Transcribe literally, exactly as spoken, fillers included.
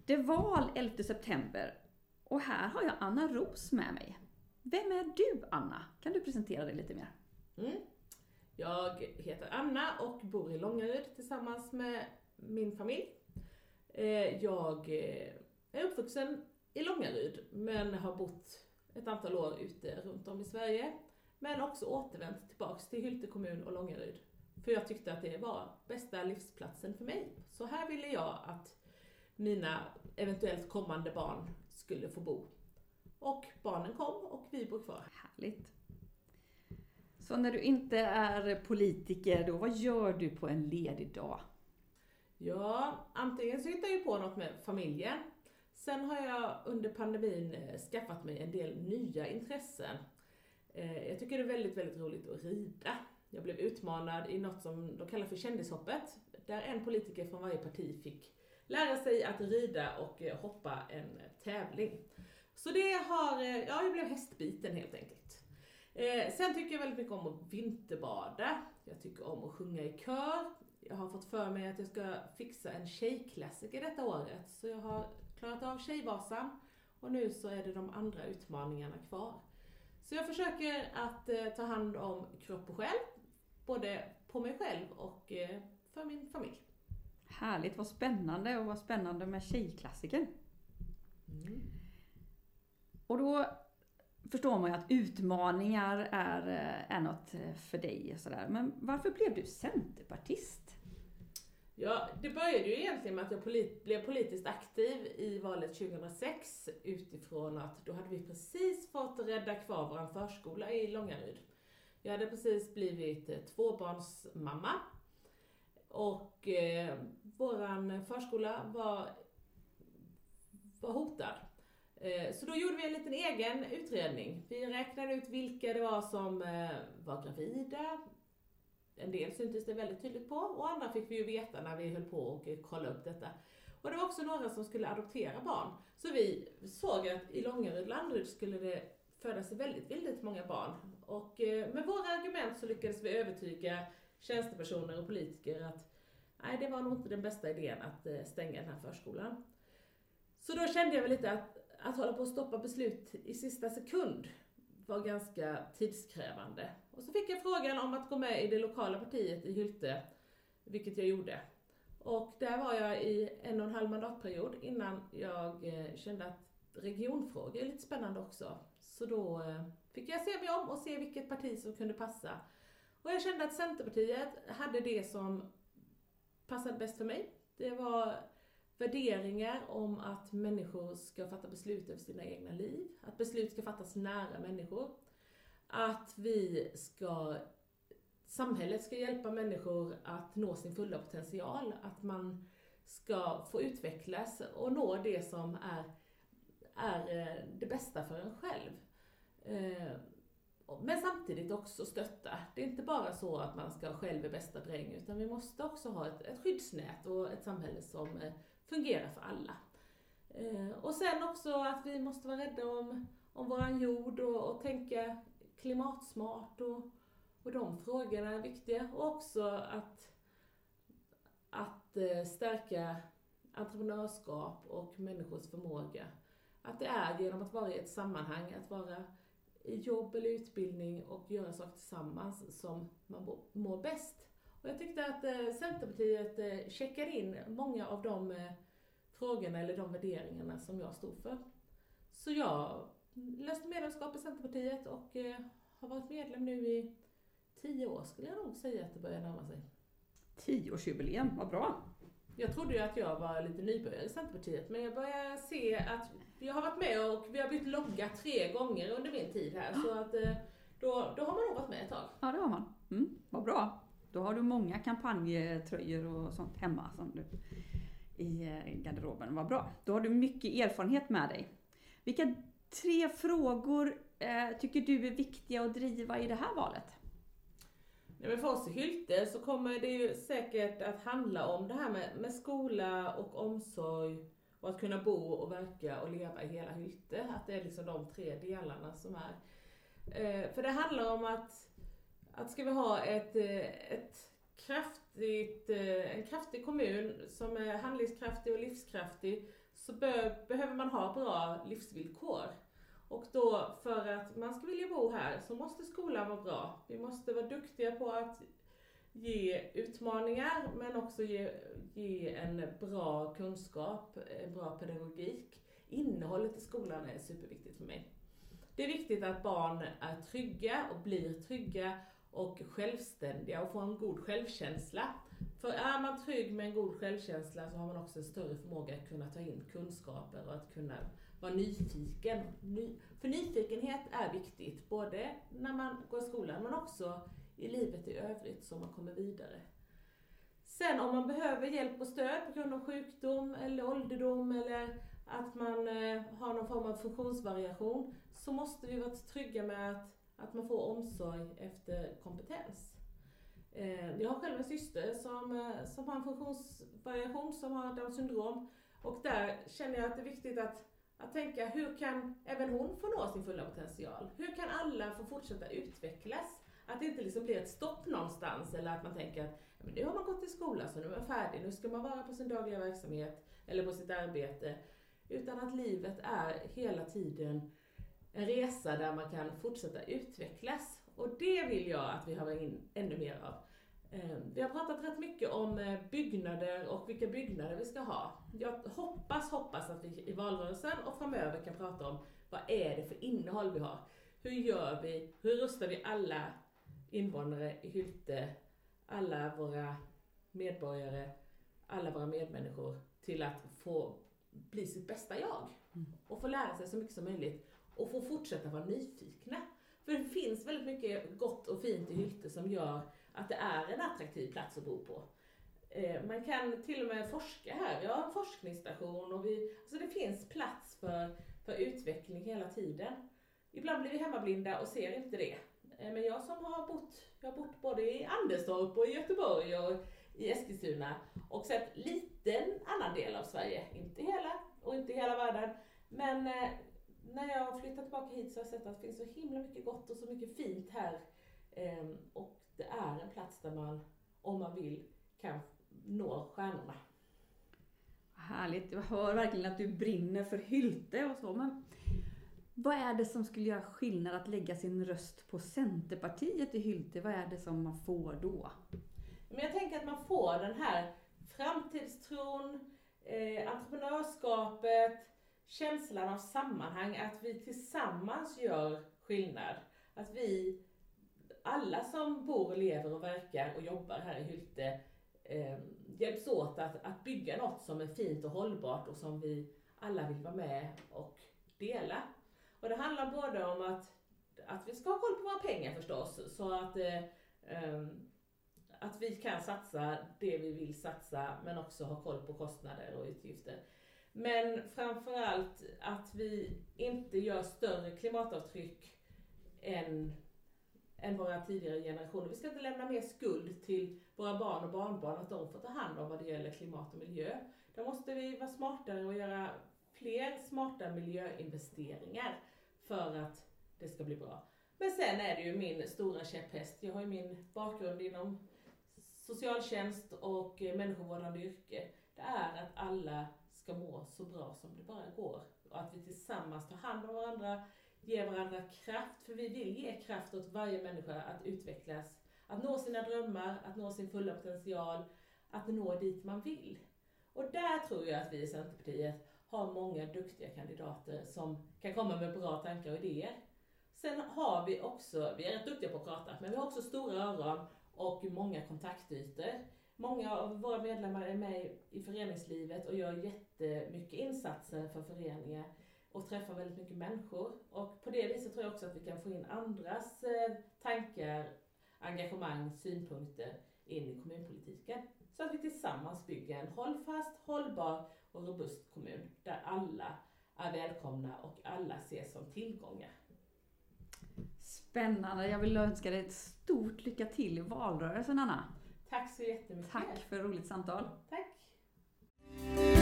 Det var elfte september och här har jag Anna Ros med mig. Vem är du, Anna? Kan du presentera dig lite mer? Mm. Jag heter Anna och bor i Långaryd tillsammans med min familj. Jag är uppvuxen i Långaryd men har bott ett antal år ute runt om i Sverige. Men också återvänt tillbaks till Hylte kommun och Långaryd. För jag tyckte att det var bästa livsplatsen för mig. Så här ville jag att mina eventuellt kommande barn skulle få bo. Och barnen kom och vi bor kvar. Härligt. Så när du inte är politiker, då vad gör du på en ledig dag? Ja, antingen så hittar jag på något med familjen. Sen har jag under pandemin skaffat mig en del nya intressen. Jag tycker det är väldigt, väldigt roligt att rida. Jag blev utmanad i något som de kallar för kändishoppet. Där en politiker från varje parti fick lära sig att rida och hoppa en tävling. Så det har, ja jag blev hästbiten helt enkelt. Sen tycker jag väldigt mycket om att vinterbada. Jag tycker om att sjunga i kör. Jag har fått för mig att jag ska fixa en tjejklassiker detta året. Så jag har klarat av Tjejvasan och nu så är det de andra utmaningarna kvar. Så jag försöker att eh, ta hand om kropp och själ, både på mig själv och eh, för min familj. Härligt, vad spännande och vad spännande med tjejklassiker. Mm. Och då förstår man ju att utmaningar är, är något för dig och sådär. Men varför blev du centerpartist? Ja, det började ju egentligen med att jag polit- blev politiskt aktiv i valet tjugohundrasex utifrån att då hade vi precis fått rädda kvar vår förskola i Långaryd. Jag hade precis blivit tvåbarnsmamma och eh, våran förskola var, var hotad. Eh, så då gjorde vi en liten egen utredning. Vi räknade ut vilka det var som eh, var gravida. En del syntes det väldigt tydligt på och andra fick vi ju veta när vi höll på och kolla upp detta. Och det var också några som skulle adoptera barn. Så vi såg att i Långaryd Landeryd skulle det födas väldigt, väldigt många barn. Och med våra argument så lyckades vi övertyga tjänstepersoner och politiker att nej, det var nog inte den bästa idén att stänga den här förskolan. Så då kände jag väl lite att, att hålla på att stoppa beslut i sista sekund var ganska tidskrävande. Och så fick jag frågan om att gå med i det lokala partiet i Hylte, vilket jag gjorde. Och där var jag i en och en halv mandatperiod innan jag kände att regionfrågor är lite spännande också. Så då fick jag se mig om och se vilket parti som kunde passa. Och jag kände att Centerpartiet hade det som passade bäst för mig. Det var värderingar om att människor ska fatta beslut över sina egna liv. Att beslut ska fattas nära människor. Att vi ska, samhället ska hjälpa människor att nå sin fulla potential. Att man ska få utvecklas och nå det som är, är det bästa för en själv. Men samtidigt också stötta. Det är inte bara så att man ska själv är bästa dräng, utan vi måste också ha ett, ett skyddsnät och ett samhälle som fungerar för alla. Och sen också att vi måste vara rädda om, om våran jord och, och tänka klimatsmart och, och de frågorna är viktiga. Och också att, att stärka entreprenörskap och människors förmåga. Att det är genom att vara i ett sammanhang, att vara i jobb eller utbildning och göra saker tillsammans som man mår bäst. Och jag tyckte att Centerpartiet checkade in många av de frågorna eller de värderingarna som jag stod för. Så jag löste medlemskap i Centerpartiet och har varit medlem nu i tio år, skulle jag nog säga att det börjar närma sig. Tioårsjubileum, vad bra! Jag trodde ju att jag var lite nybörjare i Centerpartiet, men jag börjar se att jag har varit med och vi har bytt logga tre gånger under min tid här. Så att då, då har man nog varit med ett tag. Ja, det har man. Mm, vad bra. Då har du många kampanjtröjor och sånt hemma som du, i garderoben. Vad bra. Då har du mycket erfarenhet med dig. Vilka tre frågor eh, tycker du är viktiga att driva i det här valet? Nej, men för oss i Hylte så kommer det ju säkert att handla om det här med, med skola och omsorg och att kunna bo och verka och leva i hela Hylte. Att det är liksom de tre delarna som är. Eh, för det handlar om att, att ska vi ha ett, ett kraftigt, en kraftig kommun som är handlingskraftig och livskraftig, så be- behöver man ha bra livsvillkor. Och då för att man ska vilja bo här så måste skolan vara bra. Vi måste vara duktiga på att ge utmaningar men också ge, ge en bra kunskap, en bra pedagogik. Innehållet i skolan är superviktigt för mig. Det är viktigt att barn är trygga och blir trygga och självständiga och får en god självkänsla. För är man trygg med en god självkänsla så har man också en större förmåga att kunna ta in kunskaper och att kunna vara nyfiken. Ny, för nyfikenhet är viktigt både när man går i skolan men också i livet i övrigt så man kommer vidare. Sen om man behöver hjälp och stöd på grund av sjukdom eller ålderdom eller att man eh, har någon form av funktionsvariation så måste vi vara trygga med att, att man får omsorg efter kompetens. Eh, jag har själv en syster som, eh, som har en funktionsvariation som har Downs syndrom och där känner jag att det är viktigt att, att tänka hur kan även hon få nå sin fulla potential? Hur kan alla få fortsätta utvecklas? Att det inte liksom blir ett stopp någonstans eller att man tänker att men nu har man gått i skolan så nu är man färdig, nu ska man vara på sin dagliga verksamhet eller på sitt arbete. Utan att livet är hela tiden en resa där man kan fortsätta utvecklas. Och det vill jag att vi har in ännu mer av. Vi har pratat rätt mycket om byggnader och vilka byggnader vi ska ha. Jag hoppas, hoppas att vi i valrörelsen och framöver kan prata om vad är det för innehåll vi har. Hur gör vi, hur rustar vi alla invånare i Hylte, alla våra medborgare, alla våra medmänniskor till att få bli sitt bästa jag och få lära sig så mycket som möjligt och få fortsätta vara nyfikna. För det finns väldigt mycket gott och fint i Hylte som gör att det är en attraktiv plats att bo på. Eh, man kan till och med forska här. Vi har en forskningsstation och vi, alltså det finns plats för, för utveckling hela tiden. Ibland blir vi hemmablinda och ser inte det. Eh, men jag som har bott, jag har bott både i Anderstorp och i Göteborg och i Eskilstuna och sett liten annan del av Sverige. Inte hela och inte hela världen. Men eh, när jag har flyttat tillbaka hit så har jag sett att det finns så himla mycket gott och så mycket fint här. Eh, och det är en plats där man, om man vill, kan nå stjärnorna. Härligt, jag hör verkligen att du brinner för Hylte och så. Men vad är det som skulle göra skillnad att lägga sin röst på Centerpartiet i Hylte? Vad är det som man får då? Men jag tänker att man får den här framtidstron, eh, entreprenörskapet, känslan av sammanhang, att vi tillsammans gör skillnad. Att vi, alla som bor och lever och verkar och jobbar här i Hylte, eh, hjälps åt att, att bygga något som är fint och hållbart och som vi alla vill vara med och dela. Och det handlar både om att, att vi ska ha koll på våra pengar förstås, så att, eh, eh, att vi kan satsa det vi vill satsa men också ha koll på kostnader och utgifter. Men framförallt att vi inte gör större klimatavtryck än, än våra tidigare generationer. Vi ska inte lämna mer skuld till våra barn och barnbarn att de får ta hand om vad det gäller klimat och miljö. Då måste vi vara smartare och göra fler smarta miljöinvesteringar för att det ska bli bra. Men sen är det ju min stora käpphäst. Jag har ju min bakgrund inom socialtjänst och människovårdande yrke. Det är att alla ska må så bra som det bara går. Och att vi tillsammans tar hand om varandra, ger varandra kraft. För vi vill ge kraft åt varje människa att utvecklas. Att nå sina drömmar, att nå sin fulla potential, att nå dit man vill. Och där tror jag att vi i Centerpartiet har många duktiga kandidater som kan komma med bra tankar och idéer. Sen har vi också, vi är rätt duktiga på att prata, men vi har också stora öron och många kontaktytor. Många av våra medlemmar är med i föreningslivet och gör jättemycket insatser för föreningar och träffar väldigt mycket människor. Och på det viset tror jag också att vi kan få in andras tankar, engagemang, synpunkter in i kommunpolitiken. Så att vi tillsammans bygger en hållfast, hållbar och robust kommun där alla är välkomna och alla ses som tillgångar. Spännande. Jag vill önska dig ett stort lycka till i valrörelsen, Anna. Tack så jättemycket. Tack för roligt samtal. Tack.